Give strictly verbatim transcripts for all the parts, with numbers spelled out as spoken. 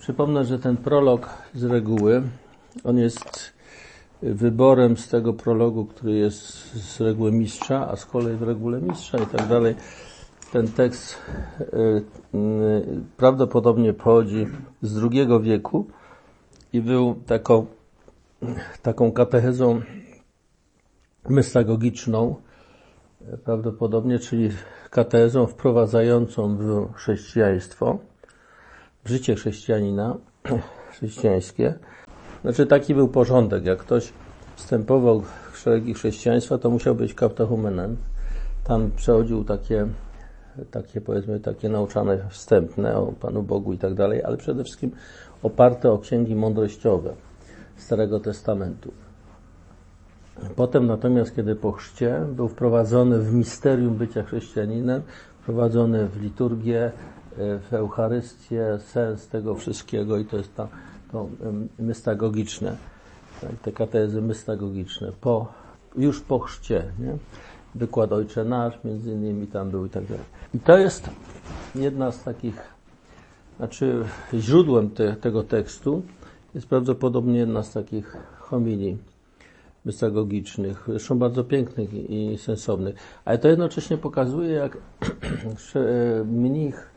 Przypomnę, że ten prolog z reguły, on jest wyborem z tego prologu, który jest z reguły mistrza, a z kolei w regule mistrza i tak dalej. Ten tekst y, y, prawdopodobnie pochodzi z drugiego wieku i był taką, taką katechezą mystagogiczną, prawdopodobnie, czyli katechezą wprowadzającą w chrześcijaństwo, w życie chrześcijanina, chrześcijańskie. Znaczy taki był porządek. Jak ktoś wstępował w szeregi chrześcijaństwa, to musiał być katechumenem. Tam przechodził takie, takie powiedzmy, takie nauczane wstępne o Panu Bogu i tak dalej, ale przede wszystkim oparte o księgi mądrościowe Starego Testamentu. Potem natomiast, kiedy po chrzcie był wprowadzony w misterium bycia chrześcijaninem, wprowadzony w liturgię, w Eucharystię, sens tego wszystkiego i to jest to, to mystagogiczne, te katezy mystagogiczne, po, już po chrzcie, nie? Wykład Ojcze Nasz, między innymi tam był i tak dalej. I to jest jedna z takich, znaczy źródłem te, tego tekstu jest prawdopodobnie jedna z takich homilii mystagogicznych, zresztą bardzo pięknych i sensownych. Ale to jednocześnie pokazuje, jak mnich,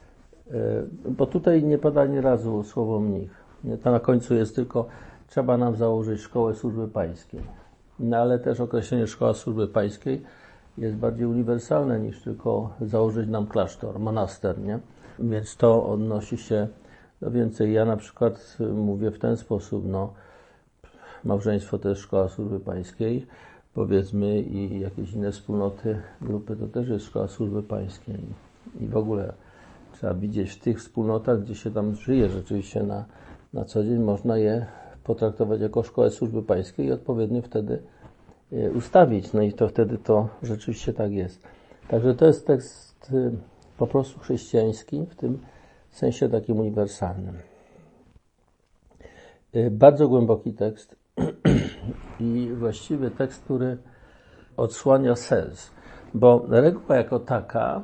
bo tutaj nie pada ani razu słowo mnich. To na końcu jest tylko, trzeba nam założyć szkołę służby pańskiej. No ale też określenie szkoła służby pańskiej jest bardziej uniwersalne niż tylko założyć nam klasztor, monaster, nie? Więc to odnosi się do więcej. Ja na przykład mówię w ten sposób, no, małżeństwo to jest szkoła służby pańskiej, powiedzmy, i jakieś inne wspólnoty, grupy to też jest szkoła służby pańskiej. I w ogóle trzeba widzieć w tych wspólnotach, gdzie się tam żyje rzeczywiście na, na co dzień, można je potraktować jako szkołę służby pańskiej i odpowiednio wtedy ustawić. No i to wtedy to rzeczywiście tak jest. Także to jest tekst po prostu chrześcijański, w tym sensie takim uniwersalnym. Bardzo głęboki tekst i właściwie tekst, który odsłania sens, bo reguła jako taka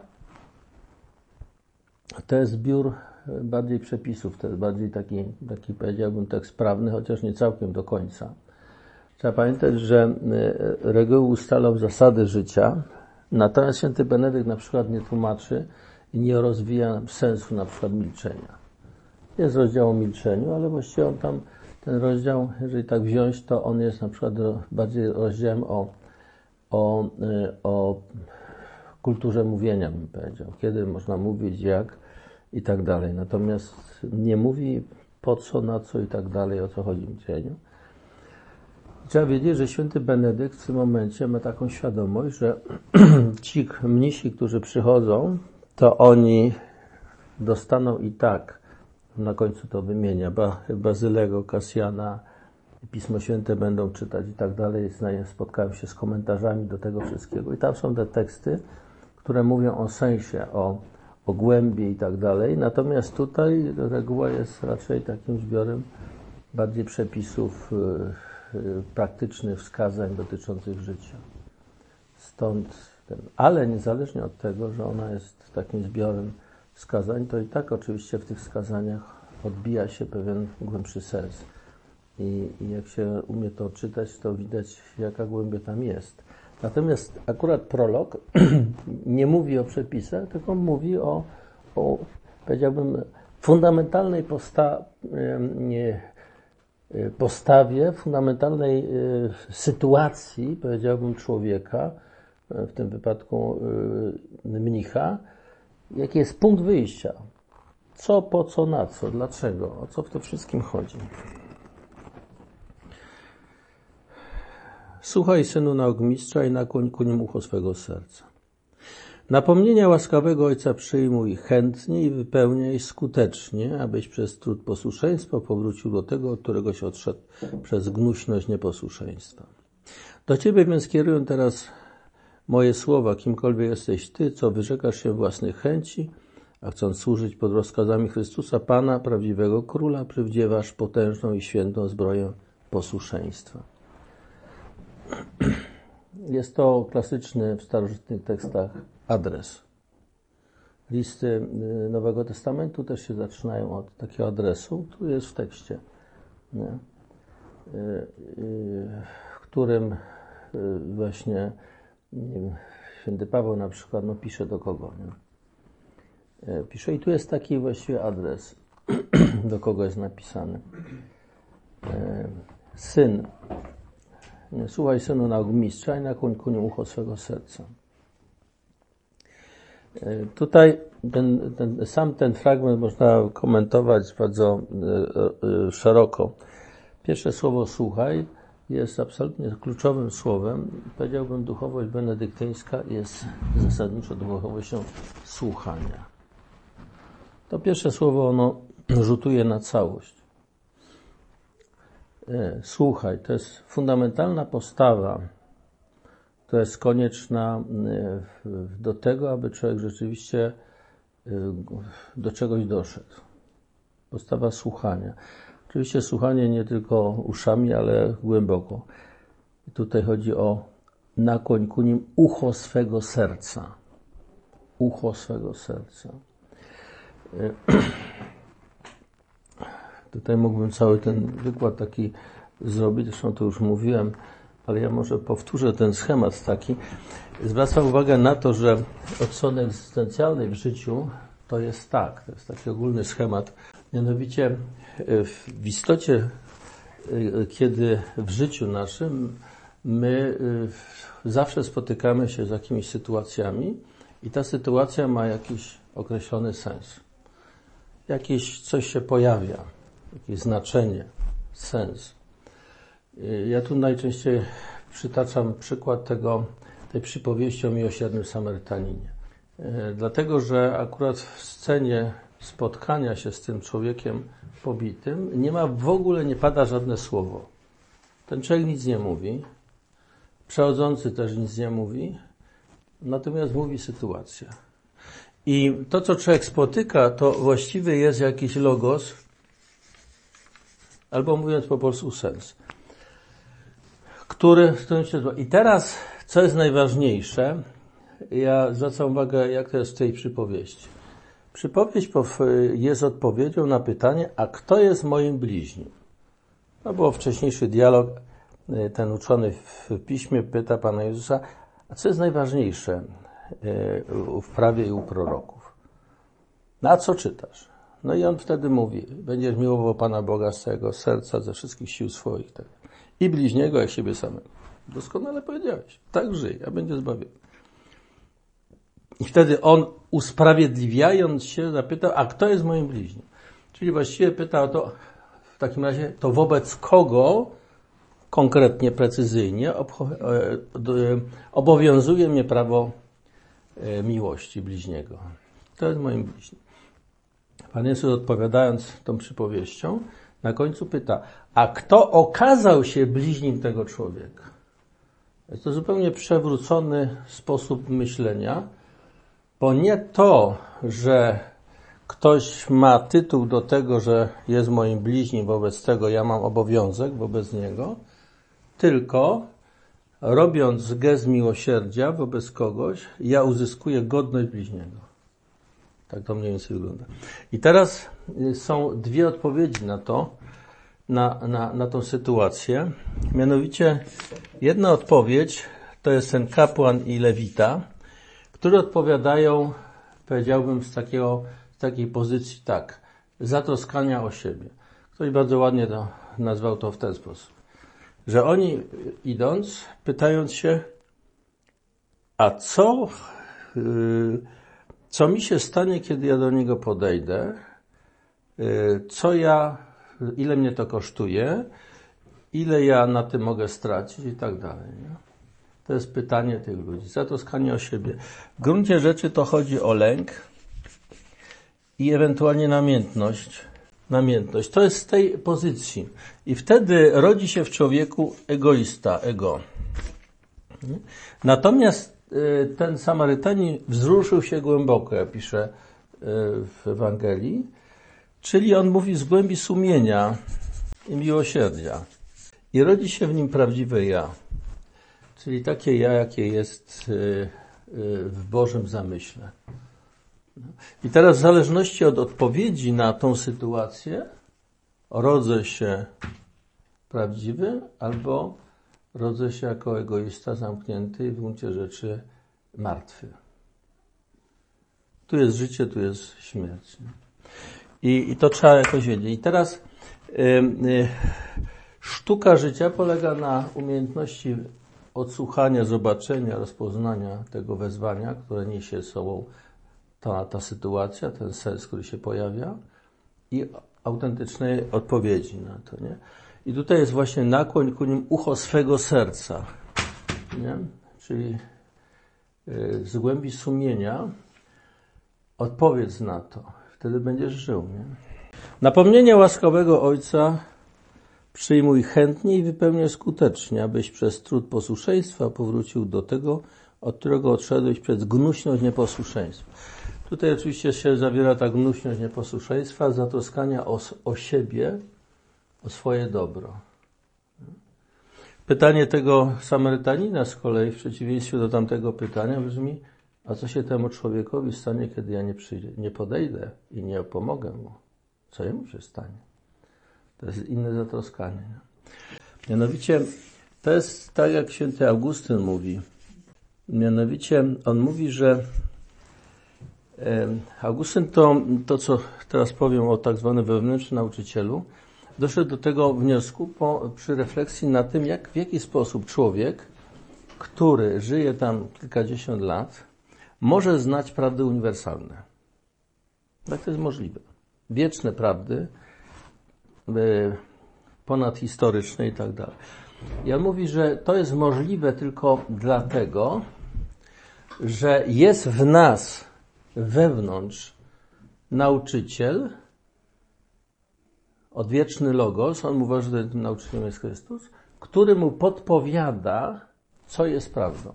to jest zbiór bardziej przepisów, to jest bardziej taki, taki powiedziałbym tekst prawny, chociaż nie całkiem do końca. Trzeba pamiętać, że reguły ustalał zasady życia, natomiast święty Benedykt na przykład nie tłumaczy i nie rozwija sensu na przykład milczenia. Jest rozdział o milczeniu, ale właściwie on tam, ten rozdział, jeżeli tak wziąć, to on jest na przykład bardziej rozdziałem o, o, o kulturze mówienia, bym powiedział. Kiedy można mówić, jak i tak dalej. Natomiast nie mówi po co, na co i tak dalej, o co chodzi w milczeniu. Trzeba wiedzieć, że święty Benedykt w tym momencie ma taką świadomość, że ci mnisi, którzy przychodzą, to oni dostaną i tak, na końcu to wymienia, Bazylego, Kasjana, Pismo Święte będą czytać i tak dalej, spotkałem się z komentarzami do tego wszystkiego i tam są te teksty, które mówią o sensie, o, o głębi i tak dalej, natomiast tutaj reguła jest raczej takim zbiorem bardziej przepisów yy, praktycznych, wskazań dotyczących życia. Stąd ten, ale niezależnie od tego, że ona jest takim zbiorem wskazań, to i tak oczywiście w tych wskazaniach odbija się pewien głębszy sens. I, i jak się umie to czytać, to widać, jaka głębia tam jest. Natomiast akurat prolog nie mówi o przepisach, tylko mówi o, o powiedziałbym, fundamentalnej posta- nie, postawie, fundamentalnej sytuacji, powiedziałbym, człowieka, w tym wypadku mnicha, jaki jest punkt wyjścia. Co, po co, na co, dlaczego, o co w tym wszystkim chodzi. Słuchaj, synu, nauk mistrza i nakłoń ku nim ucho swego serca. Napomnienia łaskawego Ojca przyjmuj chętnie i wypełniaj skutecznie, abyś przez trud posłuszeństwa powrócił do tego, od któregoś odszedł przez gnuśność nieposłuszeństwa. Do Ciebie więc kieruję teraz moje słowa, kimkolwiek jesteś Ty, co wyrzekasz się własnych chęci, a chcąc służyć pod rozkazami Chrystusa, Pana, prawdziwego Króla, przywdziewasz potężną i świętą zbroję posłuszeństwa. Jest to klasyczny w starożytnych tekstach adres. listy Nowego Testamentu też się zaczynają od takiego adresu, który jest w tekście, nie? w którym właśnie nie wiem, święty Paweł na przykład no, pisze do kogo. Nie? Pisze i tu jest taki właściwie adres, do kogo jest napisany. Syn, słuchaj synu nauk mistrza i nakłoń ku niemu ucho swego serca. Tutaj ten, ten, sam ten fragment można komentować bardzo e, e, szeroko. Pierwsze słowo słuchaj jest absolutnie kluczowym słowem. Powiedziałbym, duchowość benedyktyńska jest zasadniczo duchowością słuchania. To pierwsze słowo ono rzutuje na całość. E, słuchaj, to jest fundamentalna postawa, to jest konieczna do tego, aby człowiek rzeczywiście do czegoś doszedł. Postawa słuchania. Oczywiście słuchanie nie tylko uszami, ale głęboko. I tutaj chodzi o nakłoń ku nim ucho swego serca. Ucho swego serca. Tutaj mógłbym cały ten wykład taki zrobić, zresztą to już mówiłem, ale ja może powtórzę ten schemat taki. Zwracam uwagę na to, że od strony egzystencjalnej w życiu to jest tak, to jest taki ogólny schemat. Mianowicie w istocie, kiedy w życiu naszym my zawsze spotykamy się z jakimiś sytuacjami i ta sytuacja ma jakiś określony sens. Jakieś coś się pojawia, jakieś znaczenie, sens. Ja tu najczęściej przytaczam przykład tego, tej przypowieści o miłosiernym Samarytaninie. Dlatego, że akurat w scenie spotkania się z tym człowiekiem pobitym nie ma, w ogóle nie pada żadne słowo. Ten człowiek nic nie mówi, przechodzący też nic nie mówi, natomiast mówi sytuacja. I to, co człowiek spotyka, to właściwie jest jakiś logos, albo mówiąc po polsku sens. Który, którym się zła. I teraz, co jest najważniejsze, ja zwracam uwagę, jak to jest w tej przypowieści. Przypowieść jest odpowiedzią na pytanie, a kto jest moim bliźnim? No było wcześniejszy dialog, ten uczony w piśmie pyta Pana Jezusa, a co jest najważniejsze w prawie i u proroków? No a co czytasz? No i on wtedy mówi, będziesz miłował Pana Boga z całego serca, ze wszystkich sił swoich. Tak. I bliźniego jak siebie samego. Doskonale powiedziałeś. Tak żyj, a będzie zbawiony. I wtedy on, usprawiedliwiając się, zapytał, a kto jest moim bliźnim? Czyli właściwie pyta o to, w takim razie, to wobec kogo, konkretnie, precyzyjnie, obowiązuje mnie prawo miłości bliźniego. Kto jest moim bliźnim? Pan Jezus, odpowiadając tą przypowieścią, na końcu pyta, a kto okazał się bliźnim tego człowieka? Jest to zupełnie przewrócony sposób myślenia, bo nie to, że ktoś ma tytuł do tego, że jest moim bliźnim, wobec tego ja mam obowiązek wobec niego, tylko robiąc gest miłosierdzia wobec kogoś, ja uzyskuję godność bliźniego. Tak to mniej więcej wygląda. I teraz są dwie odpowiedzi na to, na, na, na tą sytuację. Mianowicie jedna odpowiedź to jest ten kapłan i lewita, którzy odpowiadają, powiedziałbym, z takiego, z takiej pozycji tak, zatroskania o siebie. Ktoś bardzo ładnie to nazwał to w ten sposób, że oni idąc, pytając się, a co, yy, co mi się stanie, kiedy ja do niego podejdę, yy, co ja, ile mnie to kosztuje, ile ja na tym mogę stracić i tak dalej. Nie? To jest pytanie tych ludzi, zatroskanie o siebie. W gruncie rzeczy to chodzi o lęk i ewentualnie namiętność. Namiętność. To jest z tej pozycji. I wtedy rodzi się w człowieku egoista, ego. Natomiast ten Samarytanin wzruszył się głęboko, jak pisze w Ewangelii, czyli on mówi z głębi sumienia i miłosierdzia. I rodzi się w nim prawdziwe ja. Czyli takie ja, jakie jest w Bożym zamyśle. I teraz w zależności od odpowiedzi na tą sytuację rodzę się prawdziwy albo rodzę się jako egoista zamknięty i w gruncie rzeczy martwy. Tu jest życie, tu jest śmierć. I, i to trzeba jakoś wiedzieć. I teraz y, y, sztuka życia polega na umiejętności odsłuchania, zobaczenia, rozpoznania tego wezwania, które niesie z sobą ta, ta sytuacja, ten sens, który się pojawia i autentycznej odpowiedzi na to, nie? I tutaj jest właśnie nakłoń ku nim ucho swego serca, nie? Czyli y, z głębi sumienia odpowiedz na to, wtedy będziesz żył, nie? Napomnienie łaskawego Ojca przyjmuj chętnie i wypełniaj skutecznie, abyś przez trud posłuszeństwa powrócił do tego, od którego odszedłeś przez gnuśność nieposłuszeństwa. Tutaj oczywiście się zawiera ta gnuśność nieposłuszeństwa, zatroskania o, o siebie, o swoje dobro. Pytanie tego Samarytanina z kolei, w przeciwieństwie do tamtego pytania, brzmi: a co się temu człowiekowi stanie, kiedy ja nie przyjdę, nie podejdę i nie pomogę mu? Co jemu się stanie? To jest inne zatroskanie. Mianowicie, to jest tak, jak święty Augustyn mówi. Mianowicie, on mówi, że Augustyn to, to co teraz powiem o tak zwanym wewnętrznym nauczycielu, doszedł do tego wniosku po, przy refleksji na tym, jak, w jaki sposób człowiek, który żyje tam kilkadziesiąt lat, może znać prawdy uniwersalne. Jak to jest możliwe? Wieczne prawdy, ponadhistoryczne i tak dalej. I on mówi, że to jest możliwe tylko dlatego, że jest w nas wewnątrz nauczyciel, odwieczny Logos, on mówi, że tym nauczycielem jest Chrystus, który mu podpowiada, co jest prawdą.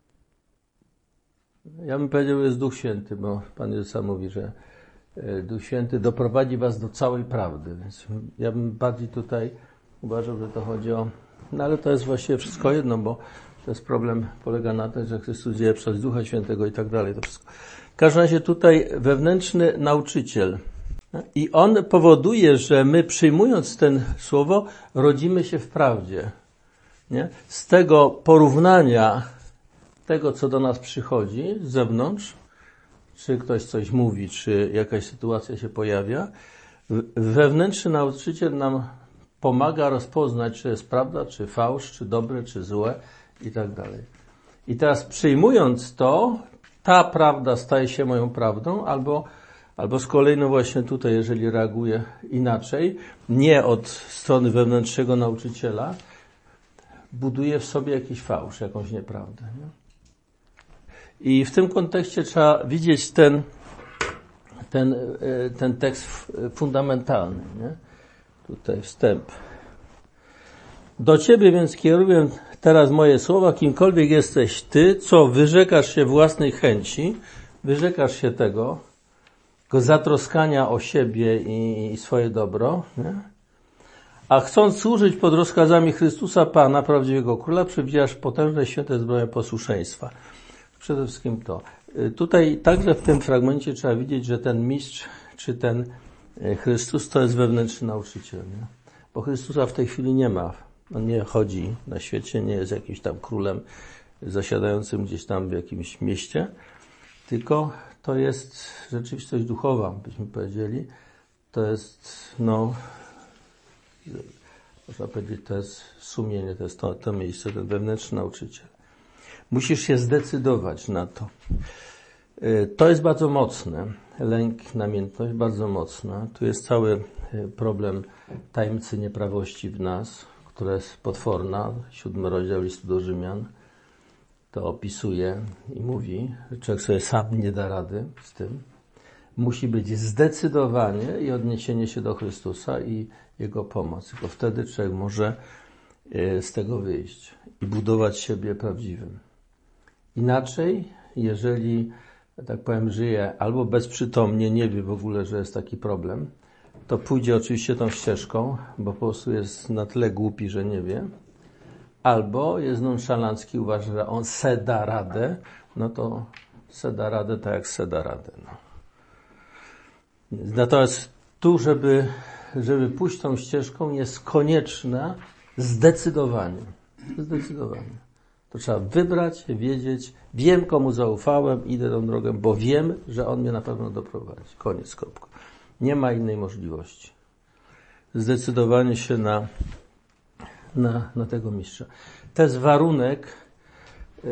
Ja bym powiedział, że jest Duch Święty, bo Pan Jezus sam mówi, że Duch Święty doprowadzi was do całej prawdy. Więc ja bym bardziej tutaj uważał, że to chodzi o... No ale to jest właściwie wszystko jedno, bo to jest problem, polega na tym, że Chrystus dzieje przez Ducha Świętego i tak dalej. To wszystko. W każdym razie tutaj wewnętrzny nauczyciel. I on powoduje, że my przyjmując ten słowo, rodzimy się w prawdzie. Nie? Z tego porównania tego, co do nas przychodzi z zewnątrz, czy ktoś coś mówi, czy jakaś sytuacja się pojawia, wewnętrzny nauczyciel nam pomaga rozpoznać, czy jest prawda, czy fałsz, czy dobre, czy złe i tak dalej. I teraz przyjmując to, ta prawda staje się moją prawdą, albo, albo z kolei, no właśnie tutaj, jeżeli reaguję inaczej, nie od strony wewnętrznego nauczyciela, buduje w sobie jakiś fałsz, jakąś nieprawdę. Nie? I w tym kontekście trzeba widzieć ten, ten, ten tekst fundamentalny. Nie? Tutaj wstęp. Do Ciebie więc kieruję teraz moje słowa, kimkolwiek jesteś Ty, co wyrzekasz się własnej chęci, wyrzekasz się tego, tego zatroskania o siebie i, i swoje dobro, nie? A chcąc służyć pod rozkazami Chrystusa Pana, prawdziwego Króla, przewidziasz potężne święte zbroje posłuszeństwa. Przede wszystkim to. Tutaj także w tym fragmencie trzeba widzieć, że ten mistrz, czy ten Chrystus to jest wewnętrzny nauczyciel. Nie? Bo Chrystusa w tej chwili nie ma. On nie chodzi na świecie, nie jest jakimś tam królem zasiadającym gdzieś tam w jakimś mieście, tylko to jest rzeczywistość duchowa, byśmy powiedzieli. To jest, no, można powiedzieć, to jest sumienie, to jest to, to miejsce, ten wewnętrzny nauczyciel. Musisz się zdecydować na to. To jest bardzo mocne. Lęk, namiętność bardzo mocna. Tu jest cały problem tajemnicy nieprawości w nas, która jest potworna. Siódmy rozdział listu do Rzymian to opisuje i mówi, że człowiek sobie sam nie da rady z tym. Musi być zdecydowanie i odniesienie się do Chrystusa i Jego pomoc. Tylko wtedy człowiek może z tego wyjść i budować siebie prawdziwym. Inaczej, jeżeli, tak powiem, żyje albo bezprzytomnie, nie wie w ogóle, że jest taki problem, to pójdzie oczywiście tą ścieżką, bo po prostu jest na tyle głupi, że nie wie, albo jest nonszalancki, uważa, że on se da radę, no to se da radę tak jak se da radę. No. Natomiast tu, żeby, żeby pójść tą ścieżką, jest konieczne zdecydowanie. Zdecydowanie. To trzeba wybrać, wiedzieć, wiem, komu zaufałem, idę tą drogą, bo wiem, że on mnie na pewno doprowadzi. Koniec, kropka. Nie ma innej możliwości. Zdecydowanie się na, na, na tego mistrza. To jest warunek yy,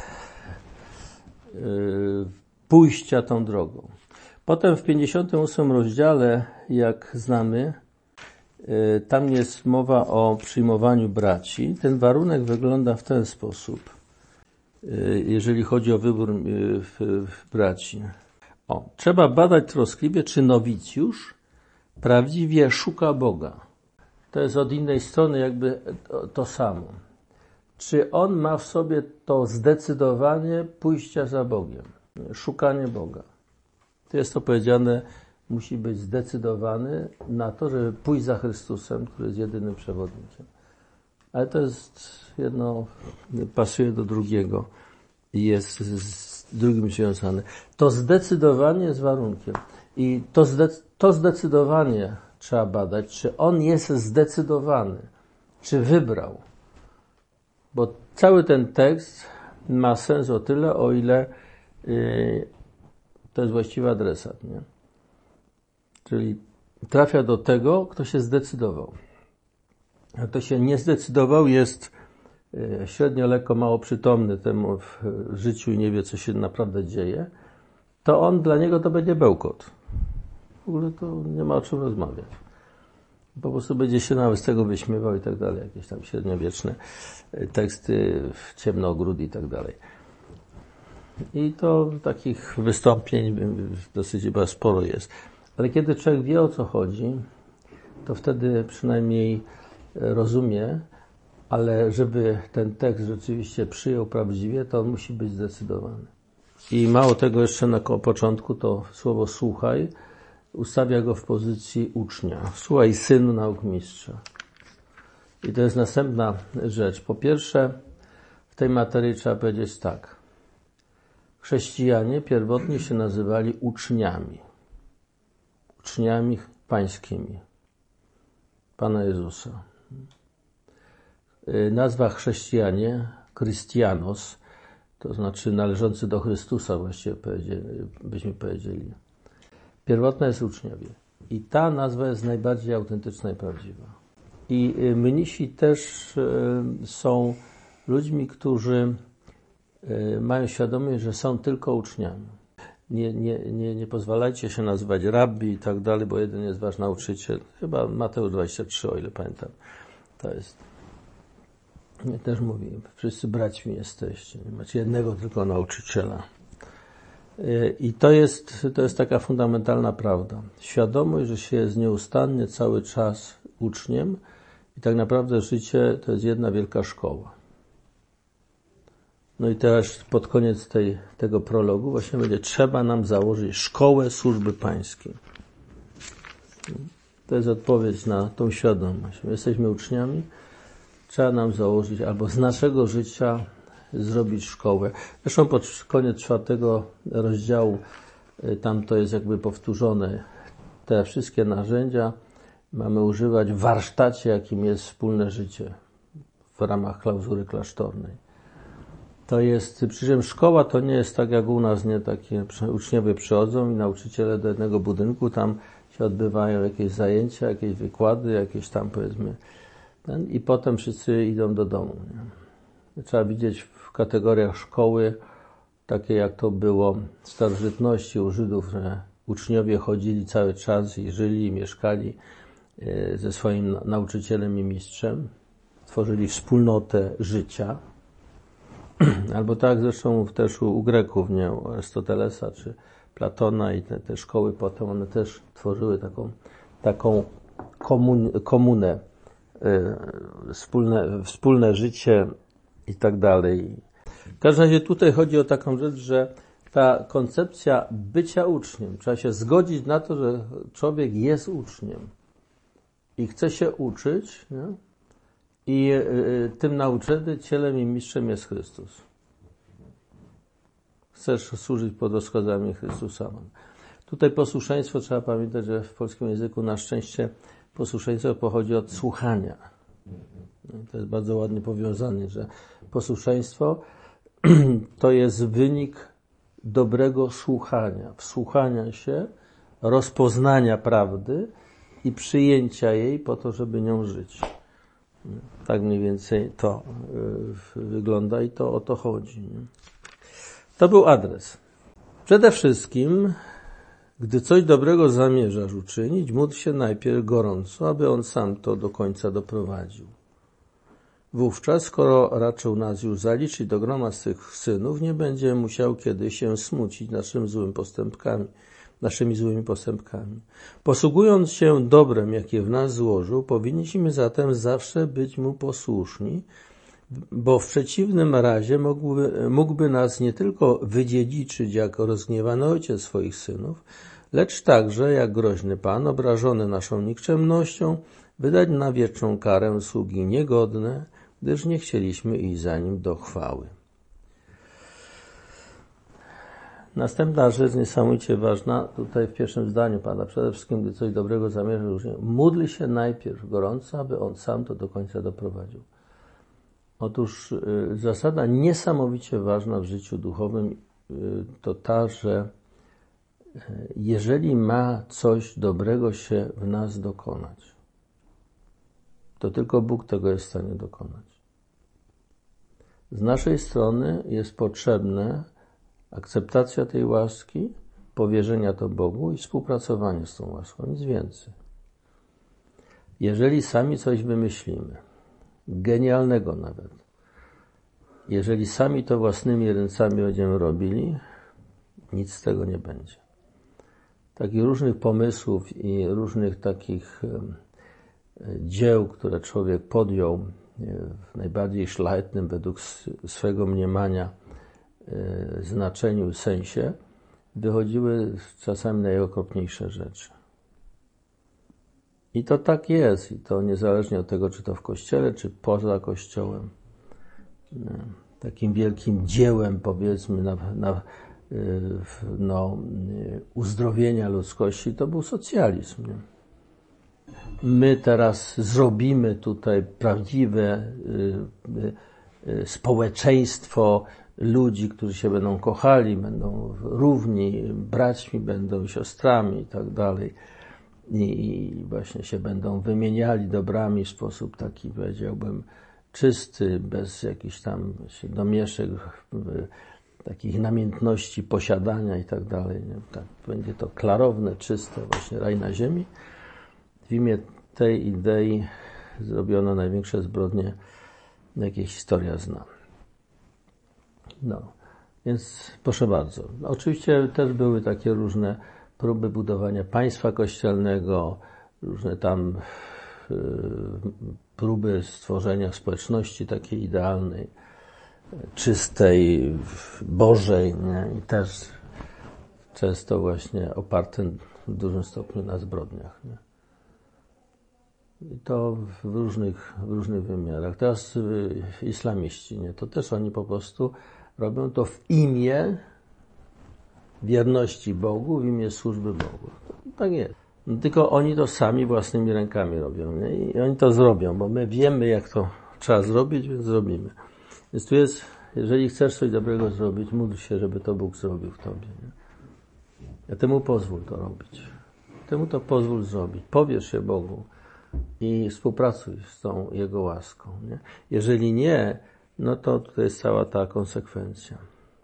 yy, pójścia tą drogą. Potem w pięćdziesiątym ósmym rozdziale, jak znamy, yy, tam jest mowa o przyjmowaniu braci. Ten warunek wygląda w ten sposób, yy, jeżeli chodzi o wybór yy, w, w braci. O, trzeba badać troskliwie, czy nowicjusz prawdziwie szuka Boga. To jest od innej strony jakby to, to samo. Czy on ma w sobie to zdecydowanie pójścia za Bogiem, szukanie Boga. To jest to powiedziane, musi być zdecydowany na to, żeby pójść za Chrystusem, który jest jedynym przewodnikiem. Ale to jest jedno, pasuje do drugiego i jest z drugim związane. To zdecydowanie jest warunkiem. I to, zdec- to zdecydowanie trzeba badać, czy on jest zdecydowany, czy wybrał. Bo cały ten tekst ma sens o tyle, o ile yy, to jest właściwy adresat, nie? Czyli trafia do tego, kto się zdecydował. A kto się nie zdecydował, jest yy, średnio lekko mało przytomny temu w życiu i nie wie, co się naprawdę dzieje, to on, dla niego to będzie bełkot. W ogóle to nie ma o czym rozmawiać. Po prostu będzie się nawet z tego wyśmiewał i tak dalej. Jakieś tam średniowieczne teksty, ciemnogród i tak dalej. I to takich wystąpień dosyć chyba sporo jest. Ale kiedy człowiek wie, o co chodzi, to wtedy przynajmniej rozumie, ale żeby ten tekst rzeczywiście przyjął prawdziwie, to on musi być zdecydowany. I mało tego, jeszcze na początku to słowo słuchaj ustawia go w pozycji ucznia. Słuchaj, synu nauk mistrza. I to jest następna rzecz. Po pierwsze, w tej materii trzeba powiedzieć tak. Chrześcijanie pierwotnie się nazywali uczniami. Uczniami pańskimi. Pana Jezusa. Nazwa chrześcijanie, Christianos, to znaczy należący do Chrystusa właściwie byśmy powiedzieli. Pierwotna jest uczniowie. I ta nazwa jest najbardziej autentyczna i prawdziwa. I mnisi też są ludźmi, którzy mają świadomość, że są tylko uczniami. Nie, nie, nie, nie pozwalajcie się nazywać rabbi i tak dalej, bo jeden jest wasz nauczyciel. Chyba Mateusz dwadzieścia trzy, o ile pamiętam. To jest. Ja też mówię, wszyscy braćmi jesteście. Nie macie jednego tylko nauczyciela. I to jest, to jest taka fundamentalna prawda. Świadomość, że się jest nieustannie cały czas uczniem i tak naprawdę życie to jest jedna wielka szkoła. No i teraz pod koniec tej, tego prologu właśnie będzie trzeba nam założyć szkołę służby pańskiej. To jest odpowiedź na tą świadomość. My jesteśmy uczniami, trzeba nam założyć albo z naszego życia zrobić szkołę. Zresztą pod koniec czwartego rozdziału tam to jest jakby powtórzone. Te wszystkie narzędzia mamy używać w warsztacie, jakim jest wspólne życie w ramach klauzury klasztornej. To jest, przy czym szkoła to nie jest tak jak u nas, nie takie uczniowie przychodzą i nauczyciele do jednego budynku, tam się odbywają jakieś zajęcia, jakieś wykłady, jakieś tam powiedzmy ten, i potem wszyscy idą do domu. Nie? Trzeba widzieć w kategoriach szkoły, takie jak to było w starożytności u Żydów, że uczniowie chodzili cały czas i żyli i mieszkali ze swoim nauczycielem i mistrzem, tworzyli wspólnotę życia. Albo tak zresztą też u, u Greków, nie, u Arystotelesa czy Platona i te, te szkoły potem, one też tworzyły taką, taką komun, komunę, y, wspólne, wspólne życie i tak dalej. W każdym razie tutaj chodzi o taką rzecz, że ta koncepcja bycia uczniem, trzeba się zgodzić na to, że człowiek jest uczniem i chce się uczyć, nie? I y, tym nauczycielem i mistrzem jest Chrystus. Chcesz służyć pod rozkazami Chrystusa. Tutaj posłuszeństwo, trzeba pamiętać, że w polskim języku na szczęście posłuszeństwo pochodzi od słuchania. To jest bardzo ładnie powiązane, że posłuszeństwo to jest wynik dobrego słuchania, wsłuchania się, rozpoznania prawdy i przyjęcia jej po to, żeby nią żyć. Tak mniej więcej to wygląda i to o to chodzi. To był adres. Przede wszystkim, gdy coś dobrego zamierzasz uczynić, módl się najpierw gorąco, aby on sam to do końca doprowadził. Wówczas, skoro raczył nas już zaliczyć do grona swych synów, nie będzie musiał kiedy się smucić naszym złym postępkami, naszymi złymi postępkami. Posługując się dobrem, jakie w nas złożył, powinniśmy zatem zawsze być mu posłuszni, bo w przeciwnym razie mógłby, mógłby nas nie tylko wydziedziczyć jako rozgniewany ojciec swoich synów, lecz także, jak groźny Pan, obrażony naszą nikczemnością, wydać na wieczną karę sługi niegodne, gdyż nie chcieliśmy iść za nim do chwały. Następna rzecz niesamowicie ważna, tutaj w pierwszym zdaniu pada, przede wszystkim, gdy coś dobrego zamierzasz, módl się najpierw gorąco, aby on sam to do końca doprowadził. Otóż y, zasada niesamowicie ważna w życiu duchowym y, to ta, że y, jeżeli ma coś dobrego się w nas dokonać, to tylko Bóg tego jest w stanie dokonać. Z naszej strony jest potrzebne akceptacja tej łaski, powierzenia to Bogu i współpracowanie z tą łaską, nic więcej. Jeżeli sami coś wymyślimy, genialnego nawet, jeżeli sami to własnymi ręcami będziemy robili, nic z tego nie będzie. Takich różnych pomysłów i różnych takich dzieł, które człowiek podjął w najbardziej szlachetnym według swego mniemania znaczeniu, sensie, wychodziły czasami najokropniejsze rzeczy. I to tak jest, i to niezależnie od tego, czy to w kościele, czy poza kościołem. Takim wielkim dziełem, powiedzmy, na, na, no, uzdrowienia ludzkości to był socjalizm. Nie? My teraz zrobimy tutaj prawdziwe y, y, społeczeństwo ludzi, którzy się będą kochali, będą równi, braćmi będą, siostrami i tak dalej. I właśnie się będą wymieniali dobrami w sposób taki, powiedziałbym, czysty, bez jakichś tam domieszek, takich namiętności posiadania i tak dalej. Tak, będzie to klarowne, czyste, właśnie raj na ziemi. W imię tej idei zrobiono największe zbrodnie, jakie historia zna. No, więc proszę bardzo. Oczywiście też były takie różne próby budowania państwa kościelnego, różne tam y, próby stworzenia społeczności takiej idealnej, czystej, bożej, nie? I też często właśnie oparte w dużym stopniu na zbrodniach. Nie? I to w różnych, w różnych wymiarach. Teraz y, islamiści, nie? To też oni po prostu robią to w imię wierności Bogu, w imię służby Bogu. Tak jest. No, tylko oni to sami własnymi rękami robią. Nie? I oni to zrobią, bo my wiemy, jak to trzeba zrobić, więc zrobimy. Więc tu jest, jeżeli chcesz coś dobrego zrobić, módl się, żeby to Bóg zrobił w tobie. Nie? A temu pozwól to robić. Temu to pozwól zrobić. Powierz się Bogu i współpracuj z tą Jego łaską. Nie? Jeżeli nie, no to to jest cała ta konsekwencja.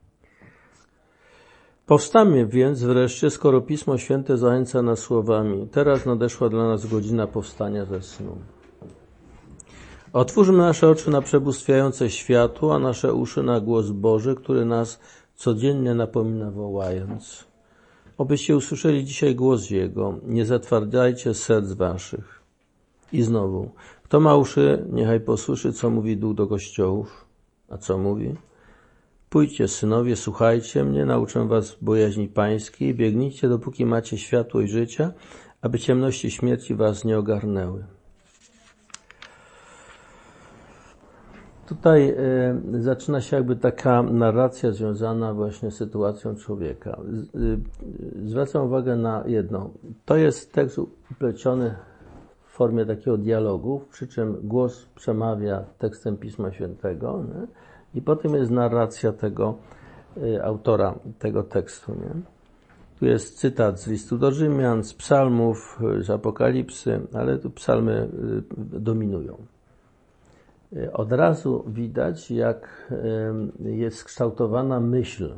Powstańmy więc wreszcie, skoro Pismo Święte zachęca nas słowami: teraz nadeszła dla nas godzina powstania ze snu. Otwórzmy nasze oczy na przebóstwiające światło, a nasze uszy na głos Boży, który nas codziennie napomina wołając. Obyście usłyszeli dzisiaj głos Jego, nie zatwardzajcie serc waszych. I znowu, kto ma uszy, niechaj posłyszy, co mówi Duch do kościołów. A co mówi? Pójdźcie, synowie, słuchajcie mnie, nauczę was bojaźni pańskiej, biegnijcie, dopóki macie światłość życia, aby ciemności śmierci was nie ogarnęły. tutaj y, zaczyna się jakby taka narracja związana właśnie z sytuacją człowieka. Z, y, zwracam uwagę na jedno. To jest tekst upleciony w formie takiego dialogu, przy czym głos przemawia tekstem Pisma Świętego, nie? I potem jest narracja tego y, autora tego tekstu. Nie? Tu jest cytat z listu do Rzymian, z psalmów, z Apokalipsy, ale tu psalmy y, dominują. Od razu widać, jak jest kształtowana myśl.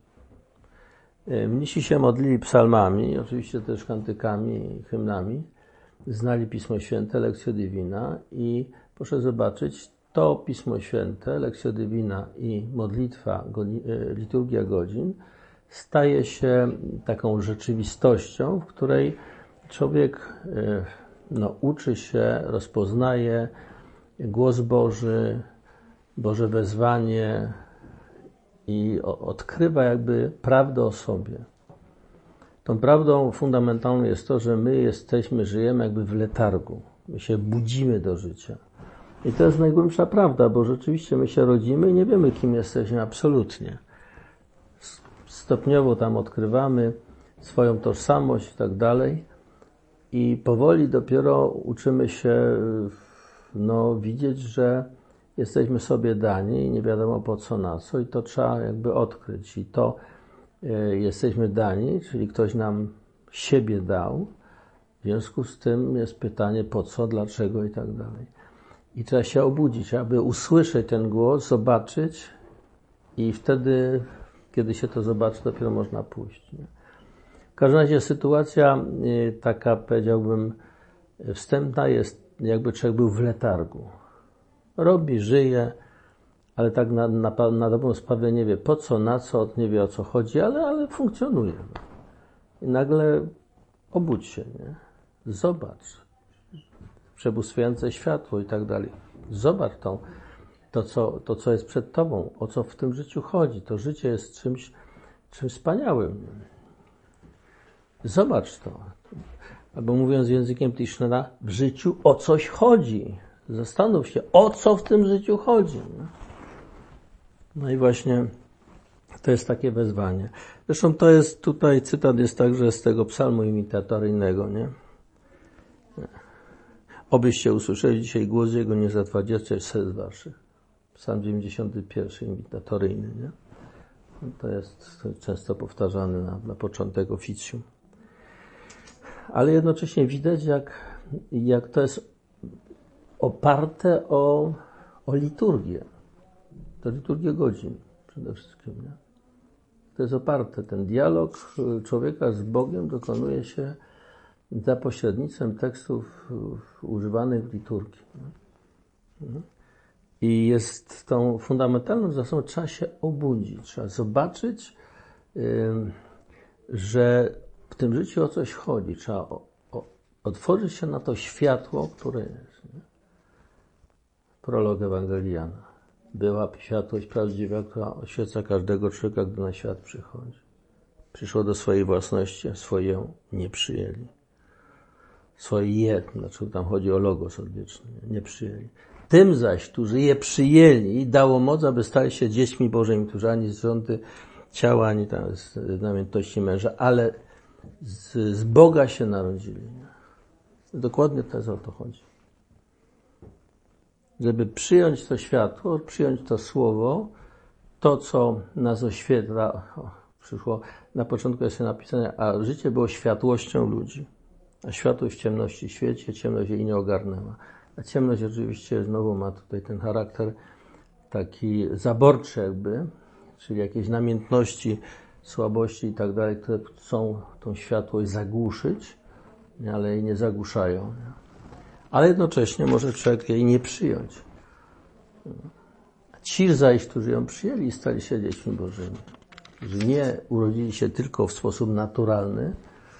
Mnisi się modlili psalmami, oczywiście też kantykami, hymnami, znali Pismo Święte, Lectio Divina i proszę zobaczyć, to Pismo Święte, Lectio Divina i modlitwa, liturgia godzin staje się taką rzeczywistością, w której człowiek no, uczy się, rozpoznaje głos Boży, Boże wezwanie i odkrywa jakby prawdę o sobie. Tą prawdą fundamentalną jest to, że my jesteśmy, żyjemy jakby w letargu. My się budzimy do życia. I to jest najgłębsza prawda, bo rzeczywiście my się rodzimy i nie wiemy, kim jesteśmy absolutnie. Stopniowo tam odkrywamy swoją tożsamość i tak dalej i powoli dopiero uczymy się no, widzieć, że jesteśmy sobie dani i nie wiadomo po co, na co i to trzeba jakby odkryć i to y, jesteśmy dani, czyli ktoś nam siebie dał, w związku z tym jest pytanie po co, dlaczego i tak dalej. I trzeba się obudzić, aby usłyszeć ten głos, zobaczyć i wtedy, kiedy się to zobaczy, dopiero można pójść. Nie? W każdym razie sytuacja y, taka, powiedziałbym, wstępna jest, jakby człowiek był w letargu. Robi, żyje, ale tak na, na, na dobrą sprawę nie wie po co, na co, nie wie o co chodzi, ale, ale funkcjonuje. I nagle obudź się, nie? Zobacz. Przebóstwiające światło i tak dalej. Zobacz tą, to, co, to, co jest przed tobą, o co w tym życiu chodzi. To życie jest czymś, czymś wspaniałym. Zobacz to. Albo mówiąc językiem Tischnera, w życiu o coś chodzi. Zastanów się, o co w tym życiu chodzi. No i właśnie to jest takie wezwanie. Zresztą to jest tutaj, cytat jest także z tego psalmu imitatoryjnego, nie? Obyście usłyszeli dzisiaj głos Jego, nie zatwardziejcie serc waszych. Psalm dziewięćdziesiąty pierwszy imitatoryjny, nie? To jest często powtarzany na, na początek oficjum. Ale jednocześnie widać, jak, jak to jest oparte o, o liturgię. To liturgię godzin przede wszystkim. Nie? To jest oparte. Ten dialog człowieka z Bogiem dokonuje się za pośrednictwem tekstów używanych w liturgii. Nie? I jest tą fundamentalną zasadą, trzeba się obudzić, trzeba zobaczyć, yy, że w tym życiu o coś chodzi. Trzeba o, o, otworzyć się na to światło, które jest. Nie? Prolog Ewangeliana. Była światłość prawdziwa, która oświeca każdego człowieka, gdy na świat przychodzi. Przyszło do swojej własności, a swoje nie przyjęli. Swoje je, znaczy tam chodzi o logos odwieczny, nie przyjęli. Tym zaś, którzy je przyjęli, dało moc, aby stali się dziećmi Bożymi, którzy ani z rządy ciała, ani tam z namiętności męża, ale z, z Boga się narodzili. Dokładnie teraz o to chodzi. Żeby przyjąć to światło, przyjąć to słowo, to, co nas oświetla, o, przyszło, na początku jest napisane, a życie było światłością ludzi. A światłość w ciemności świeci, ciemność jej nie ogarnęła. A ciemność oczywiście znowu ma tutaj ten charakter taki zaborczy jakby, czyli jakieś namiętności, słabości i tak dalej, które chcą tą światłość zagłuszyć, ale jej nie zagłuszają. Ale jednocześnie może człowiek jej nie przyjąć. Ci zaś, którzy ją przyjęli, stali się dziećmi Bożymi. Którzy nie urodzili się tylko w sposób naturalny,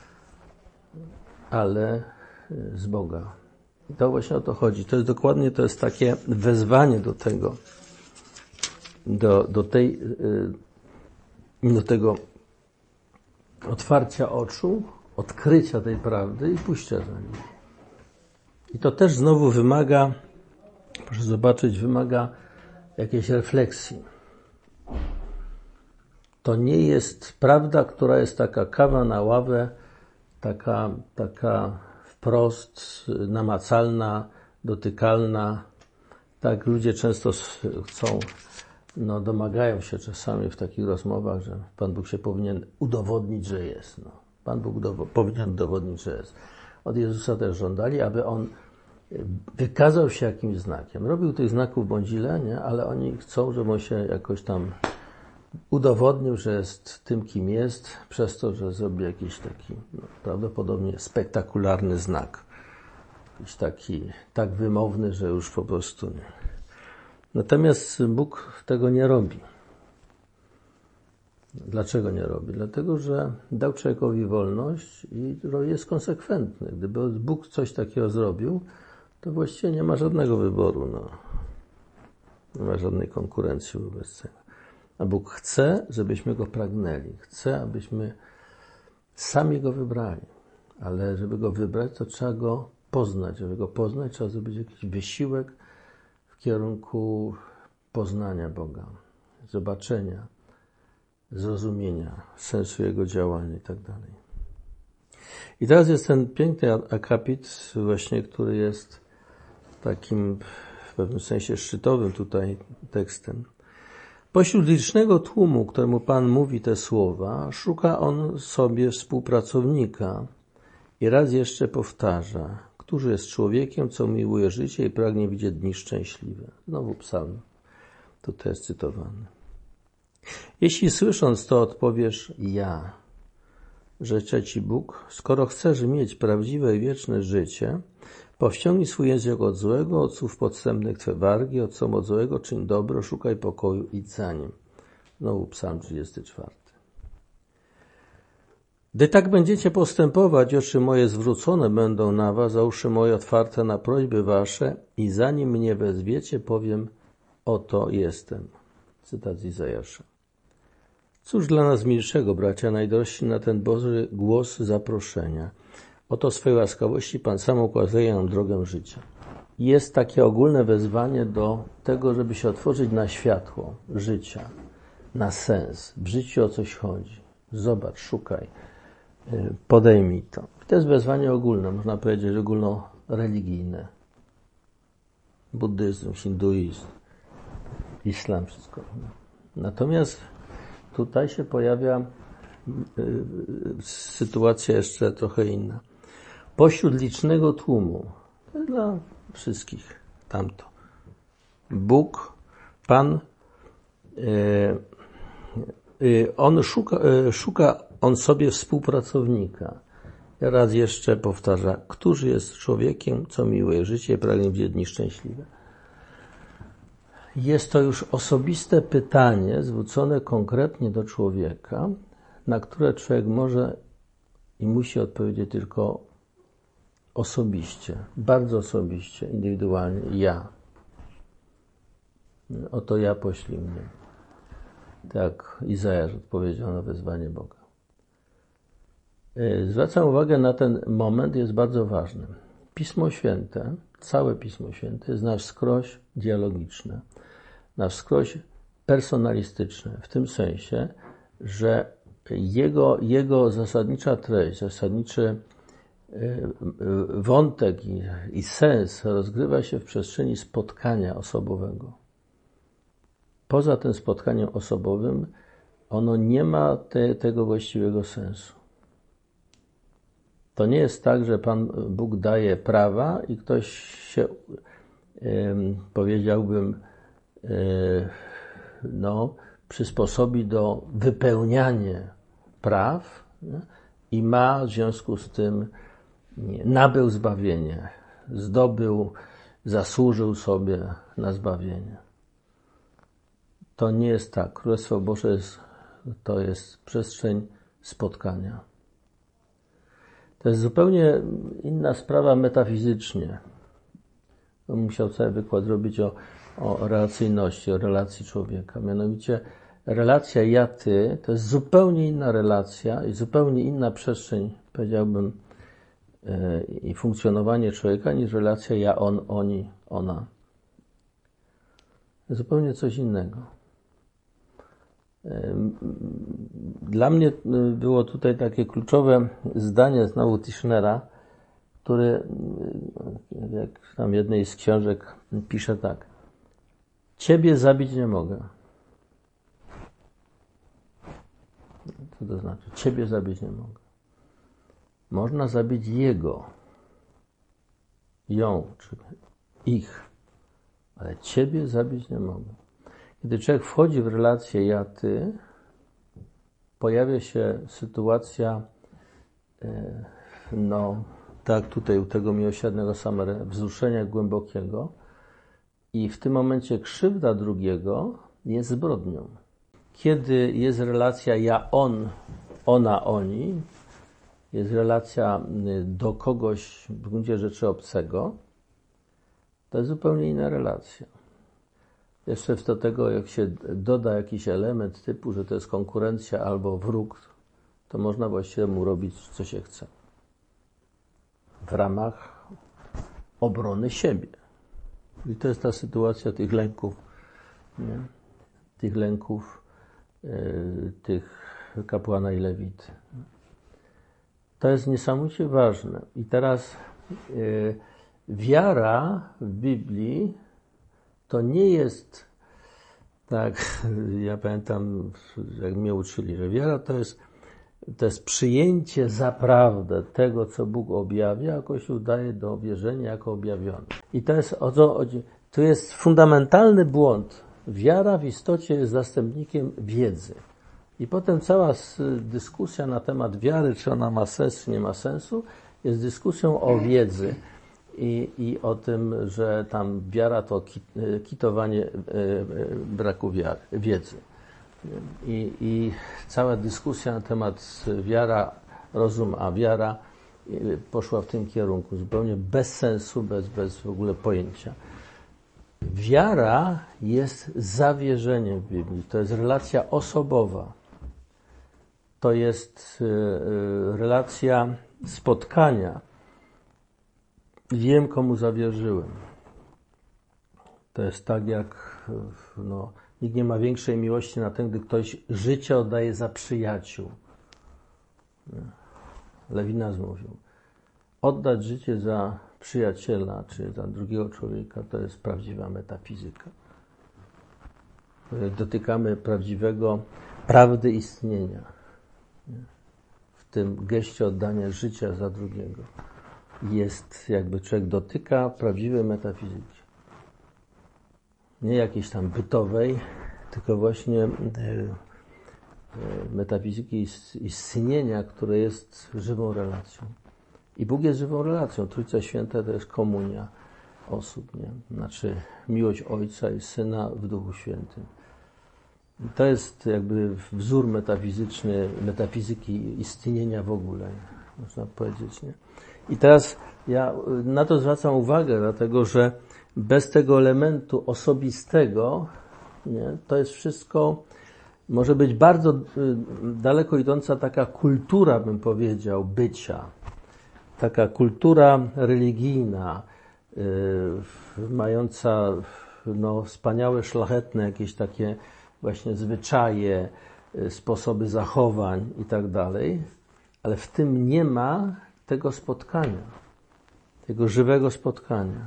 ale z Boga. I to właśnie o to chodzi. To jest dokładnie, to jest takie wezwanie do tego, do, do tej, do tego otwarcia oczu, odkrycia tej prawdy i pójścia za nim. I to też znowu wymaga, proszę zobaczyć, wymaga jakiejś refleksji. To nie jest prawda, która jest taka kawa na ławę, taka, taka wprost namacalna, dotykalna. Tak ludzie często chcą, no domagają się czasami w takich rozmowach, że Pan Bóg się powinien udowodnić, że jest. No, Pan Bóg udow- powinien udowodnić, że jest. Od Jezusa też żądali, aby On wykazał się jakimś znakiem. Robił tych znaków bądź ile, nie? Ale oni chcą, żeby On się jakoś tam udowodnił, że jest tym, kim jest, przez to, że zrobi jakiś taki no, prawdopodobnie spektakularny znak. Jakiś taki tak wymowny, że już po prostu nie. Natomiast Bóg tego nie robi. Dlaczego nie robi? Dlatego, że dał człowiekowi wolność i jest konsekwentny. Gdyby Bóg coś takiego zrobił, to właściwie nie ma żadnego wyboru. No. Nie ma żadnej konkurencji wobec tego. A Bóg chce, żebyśmy Go pragnęli. Chce, abyśmy sami Go wybrali. Ale żeby Go wybrać, to trzeba Go poznać. Żeby Go poznać, trzeba zrobić jakiś wysiłek w kierunku poznania Boga, zobaczenia, zrozumienia sensu Jego działania i tak dalej. I teraz jest ten piękny akapit właśnie, który jest takim w pewnym sensie szczytowym tutaj tekstem. Pośród licznego tłumu, któremu Pan mówi te słowa, szuka on sobie współpracownika i raz jeszcze powtarza, który jest człowiekiem, co miłuje życie i pragnie widzieć dni szczęśliwe. Znowu psalm, tutaj jest cytowany. Jeśli słysząc to odpowiesz ja, rzecze Ci Bóg, skoro chcesz mieć prawdziwe i wieczne życie, powściągnij swój język od złego, od słów podstępnych Twe wargi, od słów od złego czyń dobro, szukaj pokoju, idź za nim. Znowu psalm trzydziesty czwarty. Gdy tak będziecie postępować, oczy moje zwrócone będą na was, a uszy moje otwarte na prośby wasze i zanim mnie wezwiecie, powiem, oto jestem. Cytat z Izajasza. Cóż dla nas milszego, bracia najdrożsi, na ten Boży głos zaproszenia. Oto swej łaskawości Pan sam ukazuje nam drogę życia. Jest takie ogólne wezwanie do tego, żeby się otworzyć na światło życia, na sens. W życiu o coś chodzi. Zobacz, szukaj, podejmij to. To jest wezwanie ogólne, można powiedzieć ogólnoreligijne. Buddyzm, hinduizm, islam, wszystko. Natomiast tutaj się pojawia sytuacja jeszcze trochę inna. Pośród licznego tłumu, to jest dla wszystkich tamto, Bóg, Pan, On szuka, szuka on sobie współpracownika. Raz jeszcze powtarza, któż jest człowiekiem, co miłuje życie i pragnie widzieć dni szczęśliwe. Jest to już osobiste pytanie zwrócone konkretnie do człowieka, na które człowiek może i musi odpowiedzieć tylko osobiście, bardzo osobiście, indywidualnie, ja. Oto ja, poślij mnie. Tak Izajasz odpowiedział na wezwanie Boga. Zwracam uwagę na ten moment, jest bardzo ważny. Pismo Święte, całe Pismo Święte jest na wskroś dialogiczne, na wskroś personalistyczne, w tym sensie, że jego, jego zasadnicza treść, zasadniczy wątek i, i sens rozgrywa się w przestrzeni spotkania osobowego. Poza tym spotkaniem osobowym ono nie ma te, tego właściwego sensu. To nie jest tak, że Pan Bóg daje prawa i ktoś się, powiedziałbym, no, przysposobi do wypełniania praw, nie? I ma w związku z tym nie, nabył zbawienie, zdobył, zasłużył sobie na zbawienie. To nie jest tak. Królestwo Boże jest, to jest przestrzeń spotkania. To jest zupełnie inna sprawa metafizycznie. Musiał cały wykład robić o, o relacyjności, o relacji człowieka. Mianowicie relacja ja-ty to jest zupełnie inna relacja i zupełnie inna przestrzeń, powiedziałbym, yy, i funkcjonowanie człowieka niż relacja ja-on, oni, ona. zupełnie coś innego. Dla mnie było tutaj takie kluczowe zdanie znowu Tischnera, który, jak tam w jednej z książek pisze tak: Ciebie zabić nie mogę. Co to znaczy? Ciebie zabić nie mogę. Można zabić jego, ją, czy ich, ale ciebie zabić nie mogę. Kiedy człowiek wchodzi w relację ja-ty, pojawia się sytuacja, no tak tutaj u tego miłosiernego Samarytanina, wzruszenia głębokiego, i w tym momencie krzywda drugiego jest zbrodnią. Kiedy jest relacja ja-on, ona-oni, jest relacja do kogoś w gruncie rzeczy obcego, to jest zupełnie inna relacja. Jeszcze do tego, jak się doda jakiś element typu, że to jest konkurencja albo wróg, to można właściwie mu robić, co się chce. W ramach obrony siebie. I to jest ta sytuacja tych lęków, nie? Tych lęków yy, tych kapłana i lewity. To jest niesamowicie ważne. I teraz yy, wiara w Biblii to nie jest tak, ja pamiętam, jak mnie uczyli, że wiara to jest, to jest przyjęcie za prawdę tego, co Bóg objawia, a Kościół daje do wierzenia jako objawione. I to jest, o co chodzi, to jest fundamentalny błąd. Wiara w istocie jest zastępnikiem wiedzy. I potem cała dyskusja na temat wiary, czy ona ma sens, czy nie ma sensu, jest dyskusją o wiedzy. I, I o tym, że tam wiara to kitowanie braku wiary, wiedzy. I, I cała dyskusja na temat wiara, rozum, a wiara poszła w tym kierunku, zupełnie bez sensu, bez, bez w ogóle pojęcia. Wiara jest zawierzeniem w Biblii, to jest relacja osobowa, to jest relacja spotkania. Wiem, komu zawierzyłem. To jest tak, jak no, nikt nie ma większej miłości na ten, gdy ktoś życie oddaje za przyjaciół. Lewinas mówił. Oddać życie za przyjaciela, czy za drugiego człowieka, to jest prawdziwa metafizyka. Dotykamy prawdziwego, prawdy istnienia. W tym geście oddania życia za drugiego. Jest, jakby człowiek dotyka prawdziwej metafizyki. Nie jakiejś tam bytowej, tylko właśnie metafizyki istnienia, które jest żywą relacją. I Bóg jest żywą relacją. Trójca Święta to jest komunia osób, nie? Znaczy miłość Ojca i Syna w Duchu Świętym. I to jest jakby wzór metafizyczny, metafizyki istnienia w ogóle, można powiedzieć, nie? I teraz ja na to zwracam uwagę, dlatego że bez tego elementu osobistego, nie, to jest wszystko, może być bardzo daleko idąca taka kultura, bym powiedział, bycia. Taka kultura religijna, yy, mająca no, wspaniałe, szlachetne jakieś takie właśnie zwyczaje, yy, sposoby zachowań i tak dalej, ale w tym nie ma tego spotkania, tego żywego spotkania.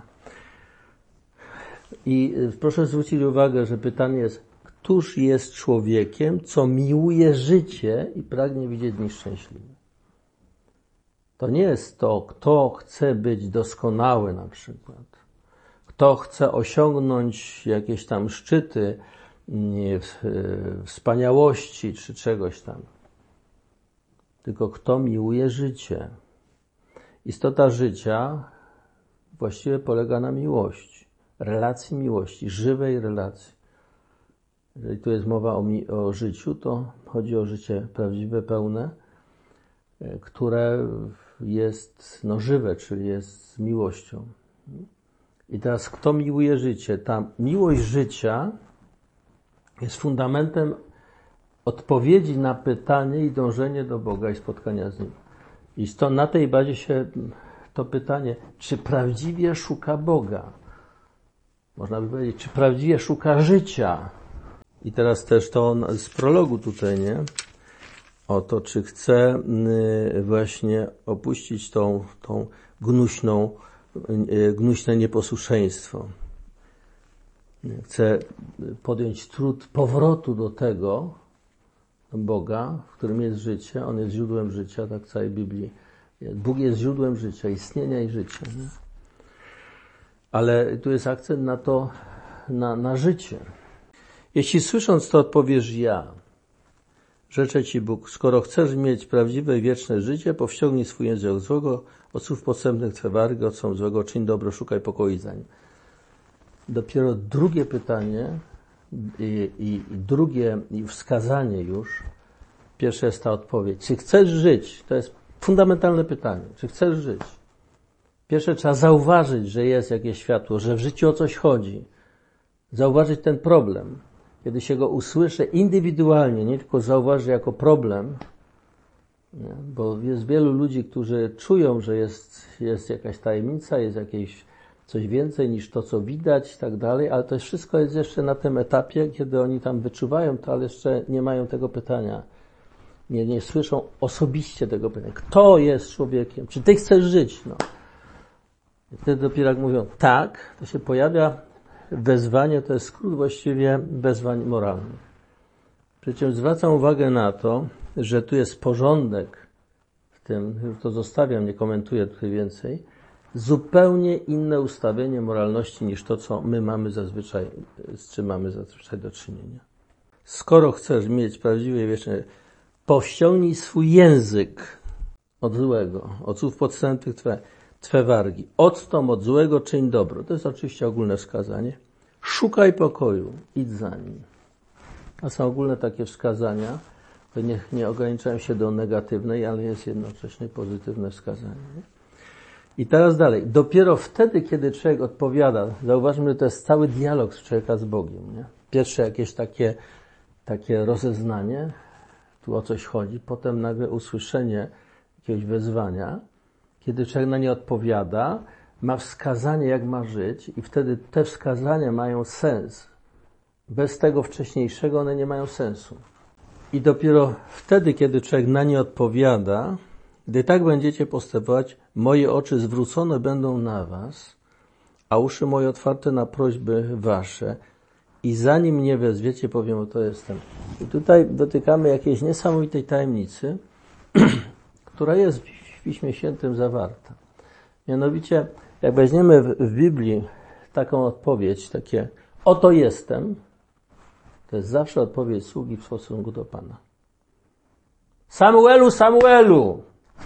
I proszę zwrócić uwagę, że pytanie jest, któż jest człowiekiem, co miłuje życie i pragnie widzieć dni szczęśliwe? To nie jest to, kto chce być doskonały na przykład, kto chce osiągnąć jakieś tam szczyty nie, wspaniałości czy czegoś tam, tylko kto miłuje życie. Istota życia właściwie polega na miłości, relacji miłości, żywej relacji. Jeżeli tu jest mowa o, mi- o życiu, to chodzi o życie prawdziwe, pełne, które jest no, żywe, czyli jest z miłością. I teraz kto miłuje życie? Ta miłość życia jest fundamentem odpowiedzi na pytanie i dążenie do Boga i spotkania z Nim. I stąd na tej bazie się to pytanie, czy prawdziwie szuka Boga? Można by powiedzieć, czy prawdziwie szuka życia. I teraz też to z prologu tutaj, nie? O to, czy chce właśnie opuścić tą, tą gnuśną, gnuśne nieposłuszeństwo. Chce podjąć trud powrotu do tego Boga, w którym jest życie. On jest źródłem życia, tak w całej Biblii. Bóg jest źródłem życia, istnienia i życia. Nie? Ale tu jest akcent na to, na, na życie. Jeśli słysząc to odpowiesz ja, rzeczę Ci Bóg, skoro chcesz mieć prawdziwe i wieczne życie, powściągnij swój język od złego, od słów podstępnych Twe wargi, od słów złego, czyń dobro, szukaj pokoju za nim. Dopiero drugie pytanie i, i, i drugie i wskazanie już, pierwsza jest ta odpowiedź. Czy chcesz żyć? To jest fundamentalne pytanie. Czy chcesz żyć? Pierwsze trzeba zauważyć, że jest jakieś światło, że w życiu o coś chodzi. Zauważyć ten problem. Kiedy się go usłyszy indywidualnie, nie tylko zauważy jako problem, nie? Bo jest wielu ludzi, którzy czują, że jest, jest jakaś tajemnica, jest jakieś coś więcej niż to, co widać i tak dalej, ale to wszystko jest jeszcze na tym etapie, kiedy oni tam wyczuwają to, ale jeszcze nie mają tego pytania. Nie, nie słyszą osobiście tego pytania. Kto jest człowiekiem? Czy ty chcesz żyć? No. I wtedy dopiero jak mówią tak, to się pojawia wezwanie, to jest skrót właściwie wezwań moralnych. Przy czym zwracam uwagę na to, że tu jest porządek w tym, już to zostawiam, nie komentuję tutaj więcej, zupełnie inne ustawienie moralności niż to, co my mamy zazwyczaj, z czym mamy zazwyczaj do czynienia. Skoro chcesz mieć prawdziwe i wieczne, powściągnij swój język od złego, od słów podstępnych Twe, Twe wargi. Odstąp od złego, czyń dobro. To jest oczywiście ogólne wskazanie. Szukaj pokoju, idź za nim. A są ogólne takie wskazania, to nie, nie ograniczają się do negatywnej, ale jest jednocześnie pozytywne wskazanie. Nie? I teraz dalej. Dopiero wtedy, kiedy człowiek odpowiada, zauważmy, że to jest cały dialog z człowieka z Bogiem. Nie? Pierwsze jakieś takie, takie rozeznanie, tu o coś chodzi, potem nagle usłyszenie jakiegoś wezwania, kiedy człowiek na nie odpowiada, ma wskazanie, jak ma żyć i wtedy te wskazania mają sens. Bez tego wcześniejszego one nie mają sensu. I dopiero wtedy, kiedy człowiek na nie odpowiada, gdy tak będziecie postępować, moje oczy zwrócone będą na was, a uszy moje otwarte na prośby wasze. I zanim mnie wezwiecie, powiem, oto jestem. I tutaj dotykamy jakiejś niesamowitej tajemnicy, która jest w Piśmie Świętym zawarta. Mianowicie, jak weźmiemy w Biblii taką odpowiedź, takie oto jestem, to jest zawsze odpowiedź sługi w stosunku do Pana. Samuelu, Samuelu!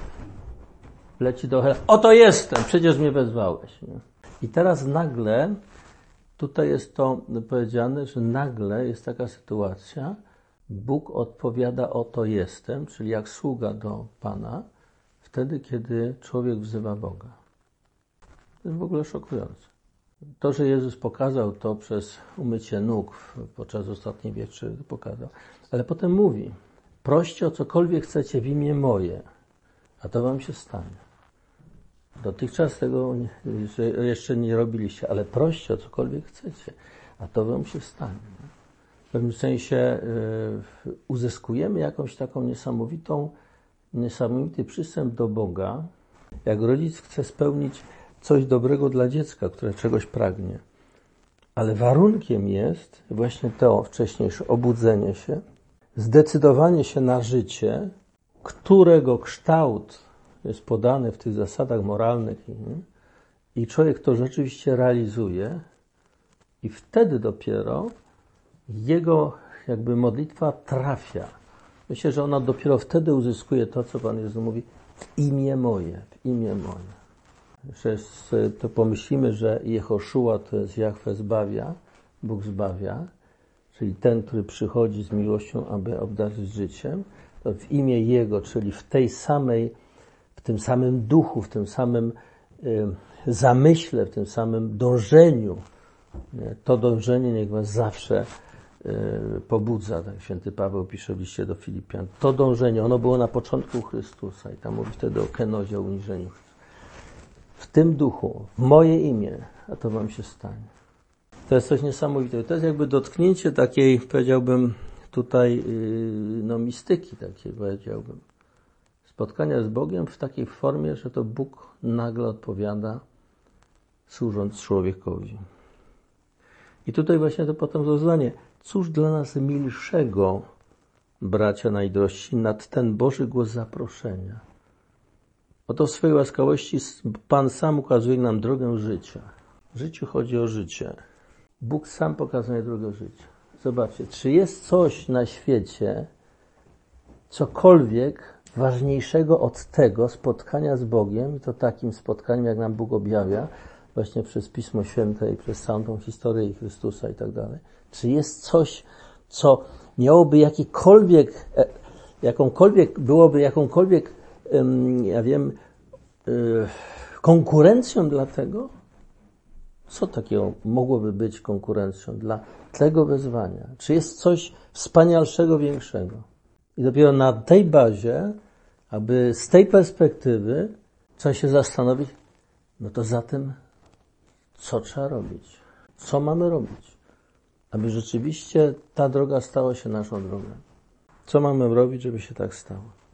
Leci do Hela. Oto jestem, przecież mnie wezwałeś. Nie? I teraz nagle, tutaj jest to powiedziane, że nagle jest taka sytuacja, Bóg odpowiada oto jestem, czyli jak sługa do Pana, wtedy, kiedy człowiek wzywa Boga. To jest w ogóle szokujące. To, że Jezus pokazał to przez umycie nóg podczas ostatniej wieczerzy, pokazał. Ale potem mówi, proście o cokolwiek chcecie w imię moje, a to wam się stanie. Dotychczas tego jeszcze nie robiliście, ale proście o cokolwiek chcecie, a to wam się stanie. W pewnym sensie yy, uzyskujemy jakąś taką niesamowitą, niesamowity przystęp do Boga, jak rodzic chce spełnić coś dobrego dla dziecka, które czegoś pragnie. Ale warunkiem jest właśnie to wcześniejsze obudzenie się, zdecydowanie się na życie, którego kształt jest podany w tych zasadach moralnych i człowiek to rzeczywiście realizuje i wtedy dopiero jego jakby modlitwa trafia. Myślę, że ona dopiero wtedy uzyskuje to, co Pan Jezus mówi, w imię moje, w imię moje. Jeszcze to pomyślimy, że Jehoszua to jest Jahwe zbawia, Bóg zbawia, czyli ten, który przychodzi z miłością, aby obdarzyć życiem, to w imię Jego, czyli w tej samej, w tym samym duchu, w tym samym y, zamyśle, w tym samym dążeniu. Nie? To dążenie niech was zawsze y, pobudza, tak święty Paweł pisze w liście do Filipian. To dążenie, ono było na początku Chrystusa i tam mówi wtedy o kenozie, o uniżeniu. W tym duchu, w moje imię, a to wam się stanie. To jest coś niesamowitego. To jest jakby dotknięcie takiej, powiedziałbym, tutaj no mistyki takiej, powiedziałbym. Spotkania z Bogiem w takiej formie, że to Bóg nagle odpowiada, służąc człowiekowi. I tutaj właśnie to potem zrozumienie. Cóż dla nas milszego, bracia najdrożsi, nad ten Boży głos zaproszenia. Oto w swojej łaskawości Pan sam ukazuje nam drogę życia. W życiu chodzi o życie. Bóg sam pokazuje drogę życia. Zobaczcie, czy jest coś na świecie, cokolwiek ważniejszego od tego spotkania z Bogiem, i to takim spotkaniem, jak nam Bóg objawia, właśnie przez Pismo Święte i przez całą tą historię Chrystusa i tak dalej. Czy jest coś, co miałoby jakikolwiek, jakąkolwiek, byłoby jakąkolwiek, ja wiem, konkurencją dla tego? Co takiego mogłoby być konkurencją dla tego wezwania? Czy jest coś wspanialszego, większego? I dopiero na tej bazie, aby z tej perspektywy, trzeba się zastanowić, no to zatem, co trzeba robić? Co mamy robić? Aby rzeczywiście ta droga stała się naszą drogą. Co mamy robić, żeby się tak stało?